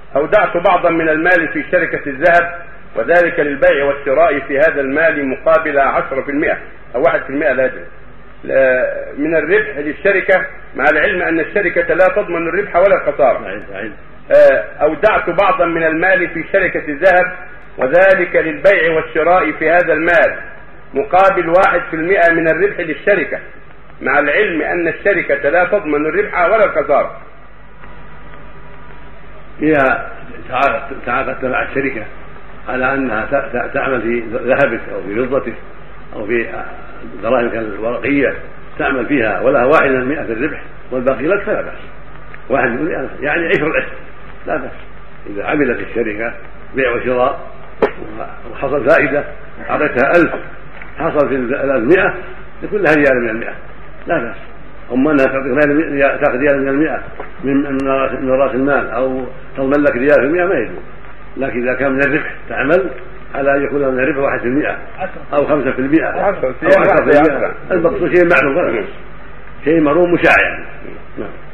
أودعت بعضا من المال في شركة الذهب وذلك للبيع والشراء في هذا المال مقابل 10% أو 1% لا أدري من الربح للشركة، مع العلم أن الشركة لا تضمن الربح ولا الخسارة. أودعت بعضا من المال في شركة الذهب وذلك للبيع والشراء في هذا المال مقابل 1% من الربح للشركة، مع العلم أن الشركة لا تضمن الربح ولا الخسارة. إذا تعاقدت مع الشركة على أنها تعمل في ذهبك أو في فضتك أو في دراهمك الورقية تعمل فيها ولها 1% في الربح والباقي لك فلا بأس. واحد يقول يعني عشر العشر لا بأس. إذا عملت الشركة بيع وشراء وحصل فائدة أعطيتها 1000 حصل في 100 يكون لها ريال من 100 لا بأس. أما أنها تأخذ ريال من 100 من رأس المال أو تضمن لك ريال في 100 ما يجوز. لكن إذا كان من الربح تعمل على أن يكون من الربح 1% أو 5% أو 10%، المقصود شيء معلوم شيء معروف مشاع يعني.